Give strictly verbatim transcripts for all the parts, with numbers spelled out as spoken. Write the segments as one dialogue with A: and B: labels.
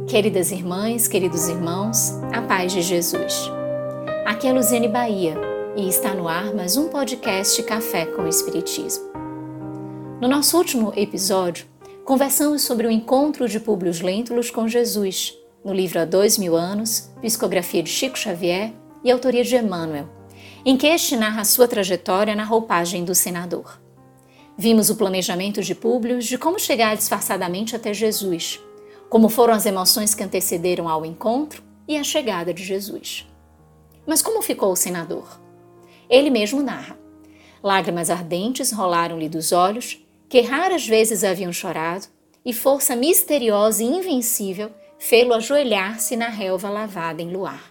A: Queridas irmãs, queridos irmãos, a paz de Jesus. Aqui é Luziane Bahia e está no ar mais um podcast Café com o Espiritismo. No nosso último episódio, conversamos sobre o encontro de Públio Lentulus com Jesus, no livro Há Dois Mil Anos, psicografia de Chico Xavier e autoria de Emmanuel, em que este narra a sua trajetória na roupagem do senador. Vimos o planejamento de Públio de como chegar disfarçadamente até Jesus, como foram as emoções que antecederam ao encontro e a chegada de Jesus. Mas como ficou o senador? Ele mesmo narra. Lágrimas ardentes rolaram-lhe dos olhos, que raras vezes haviam chorado, e força misteriosa e invencível fê-lo ajoelhar-se na relva lavada em luar.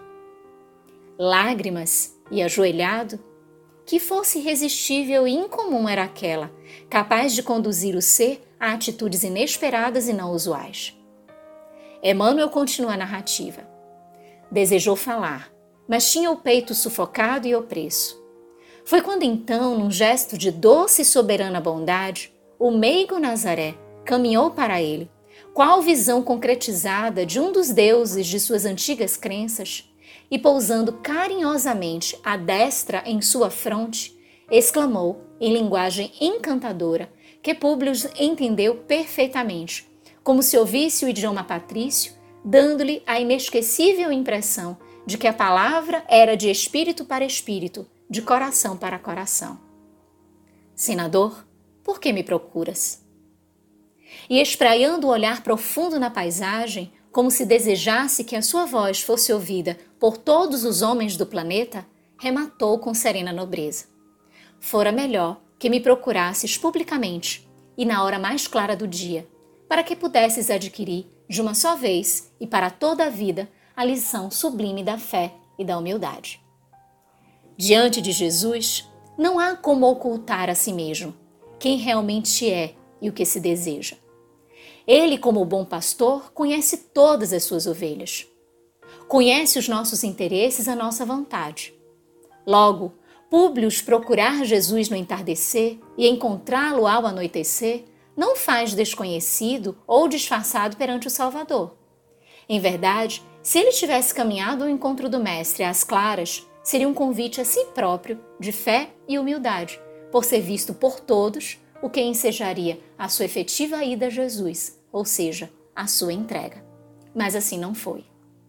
A: Lágrimas e ajoelhado? Que força irresistível e incomum era aquela, capaz de conduzir o ser a atitudes inesperadas e não usuais. Emmanuel continua a narrativa. Desejou falar, mas tinha o peito sufocado e opresso. Foi quando então, num gesto de doce e soberana bondade, o meigo Nazaré caminhou para ele, qual visão concretizada de um dos deuses de suas antigas crenças, e pousando carinhosamente a destra em sua fronte, exclamou, em linguagem encantadora, que Públio entendeu perfeitamente, como se ouvisse o idioma patrício, dando-lhe a inesquecível impressão de que a palavra era de espírito para espírito, de coração para coração. Senador, por que me procuras? E espraiando o olhar profundo na paisagem, como se desejasse que a sua voz fosse ouvida por todos os homens do planeta, rematou com serena nobreza. Fora melhor que me procurasses publicamente e na hora mais clara do dia, para que pudesses adquirir, de uma só vez e para toda a vida, a lição sublime da fé e da humildade. Diante de Jesus, não há como ocultar a si mesmo quem realmente é e o que se deseja. Ele, como o bom pastor, conhece todas as suas ovelhas. Conhece os nossos interesses à nossa vontade. Logo, Públio procurar Jesus no entardecer e encontrá-lo ao anoitecer não faz desconhecido ou disfarçado perante o Salvador. Em verdade, se ele tivesse caminhado ao encontro do Mestre às claras, seria um convite a si próprio de fé e humildade, por ser visto por todos, o que ensejaria a sua efetiva ida a Jesus, ou seja, a sua entrega. Mas assim não foi.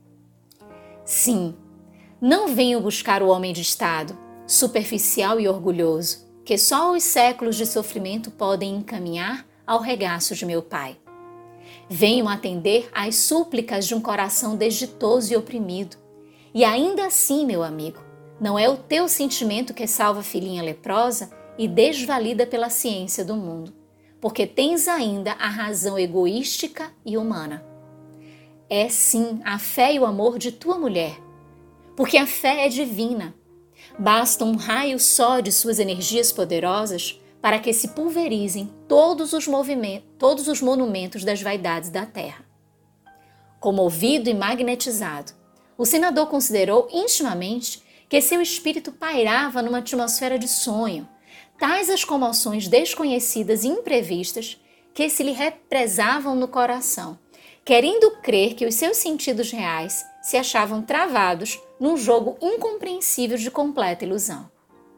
A: Sim, não venho buscar o homem de estado, superficial e orgulhoso, que só os séculos de sofrimento podem encaminhar ao regaço de meu Pai. Venho atender às súplicas de um coração desditoso e oprimido. E ainda assim, meu amigo, não é o teu sentimento que salva a filhinha leprosa e desvalida pela ciência do mundo, porque tens ainda a razão egoística e humana. É sim a fé e o amor de tua mulher, porque a fé é divina. Basta um raio só de suas energias poderosas para que se pulverizem todos os movimentos, todos os monumentos das vaidades da terra. Comovido e magnetizado, o senador considerou intimamente que seu espírito pairava numa atmosfera de sonho, tais as comoções desconhecidas e imprevistas que se lhe represavam no coração, querendo crer que os seus sentidos reais se achavam travados num jogo incompreensível de completa ilusão.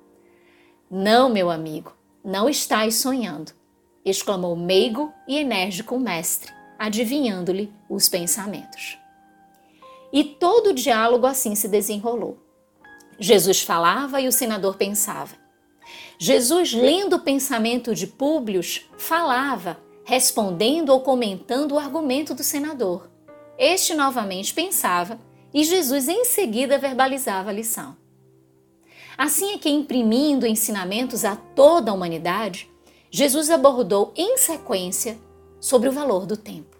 A: Não, meu amigo, não estás sonhando, exclamou meigo e enérgico o mestre, adivinhando-lhe os pensamentos. E todo o diálogo assim se desenrolou. Jesus falava e o senador pensava. Jesus, lendo o pensamento de Públio, falava, respondendo ou comentando o argumento do senador. Este novamente pensava e Jesus em seguida verbalizava a lição. Assim é que, imprimindo ensinamentos a toda a humanidade, Jesus abordou em sequência sobre o valor do tempo.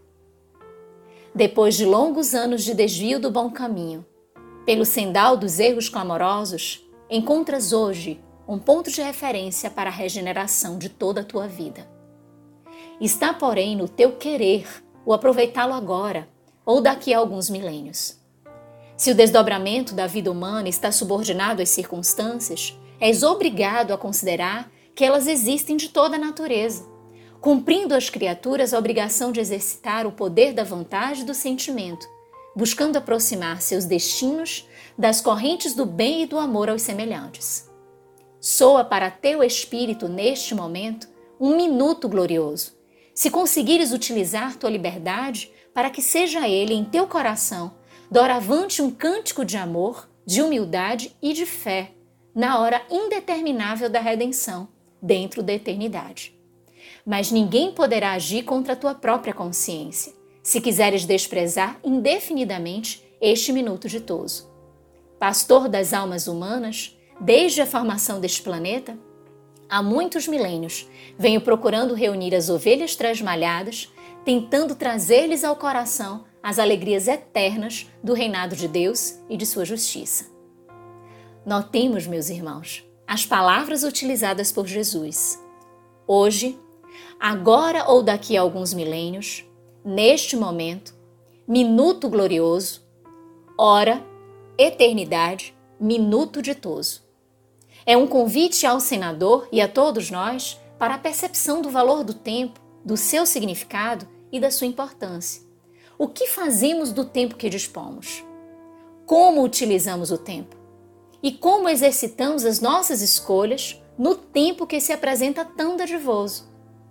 A: Depois de longos anos de desvio do bom caminho, pelo sendal dos erros clamorosos, encontras hoje um ponto de referência para a regeneração de toda a tua vida. Está, porém, no teu querer o aproveitá-lo agora ou daqui a alguns milênios. Se o desdobramento da vida humana está subordinado às circunstâncias, és obrigado a considerar que elas existem de toda a natureza, cumprindo às criaturas a obrigação de exercitar o poder da vontade e do sentimento, buscando aproximar seus destinos das correntes do bem e do amor aos semelhantes. Soa para teu espírito, neste momento, um minuto glorioso. Se conseguires utilizar tua liberdade para que seja ele, em teu coração, doravante um cântico de amor, de humildade e de fé, na hora indeterminável da redenção, dentro da eternidade. Mas ninguém poderá agir contra a tua própria consciência, se quiseres desprezar indefinidamente este minuto ditoso. Pastor das almas humanas, desde a formação deste planeta, há muitos milênios, venho procurando reunir as ovelhas trasmalhadas, tentando trazer-lhes ao coração as alegrias eternas do reinado de Deus e de sua justiça. Notemos, meus irmãos, as palavras utilizadas por Jesus. Hoje, agora ou daqui a alguns milênios, neste momento, minuto glorioso, hora, eternidade, minuto ditoso. É um convite ao senador e a todos nós para a percepção do valor do tempo, do seu significado e da sua importância. O que fazemos do tempo que dispomos? Como utilizamos o tempo? E como exercitamos as nossas escolhas no tempo que se apresenta tão dadivoso?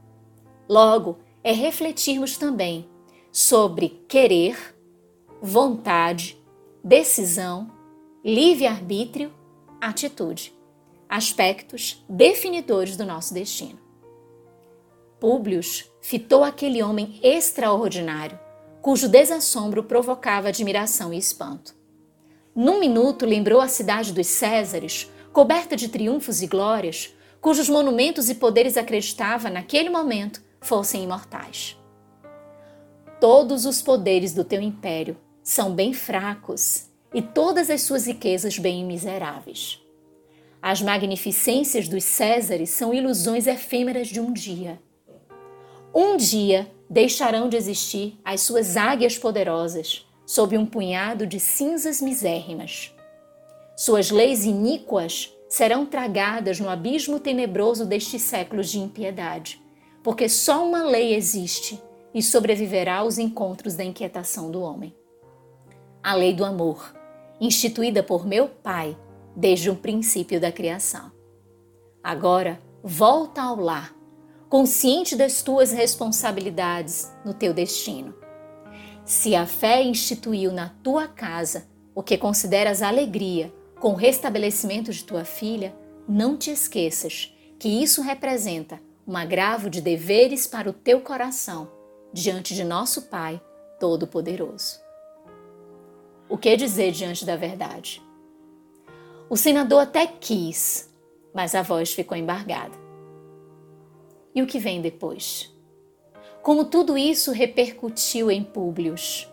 A: Logo, é refletirmos também sobre querer, vontade, decisão, livre-arbítrio, atitude, aspectos definidores do nosso destino. Públio fitou aquele homem extraordinário, cujo desassombro provocava admiração e espanto. Num minuto lembrou a cidade dos Césares, coberta de triunfos e glórias, cujos monumentos e poderes acreditava naquele momento fossem imortais. Todos os poderes do teu império são bem fracos e todas as suas riquezas bem miseráveis. As magnificências dos Césares são ilusões efêmeras de um dia. Um dia deixarão de existir as suas águias poderosas sob um punhado de cinzas misérrimas. Suas leis iníquas serão tragadas no abismo tenebroso destes séculos de impiedade, porque só uma lei existe e sobreviverá aos encontros da inquietação do homem. A lei do amor, instituída por meu Pai desde o princípio da criação. Agora, volta ao lar, consciente das tuas responsabilidades no teu destino. Se a fé instituiu na tua casa o que consideras alegria com o restabelecimento de tua filha, não te esqueças que isso representa um agravo de deveres para o teu coração diante de nosso Pai Todo-Poderoso. O que dizer diante da verdade? O senador até quis, mas a voz ficou embargada. E o que vem depois? Como tudo isso repercutiu em Públio?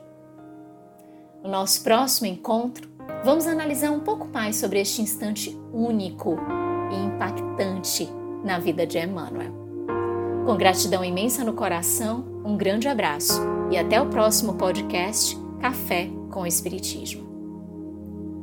A: No nosso próximo encontro, vamos analisar um pouco mais sobre este instante único e impactante na vida de Emmanuel. Com gratidão imensa no coração, um grande abraço e até o próximo podcast Café com o Espiritismo.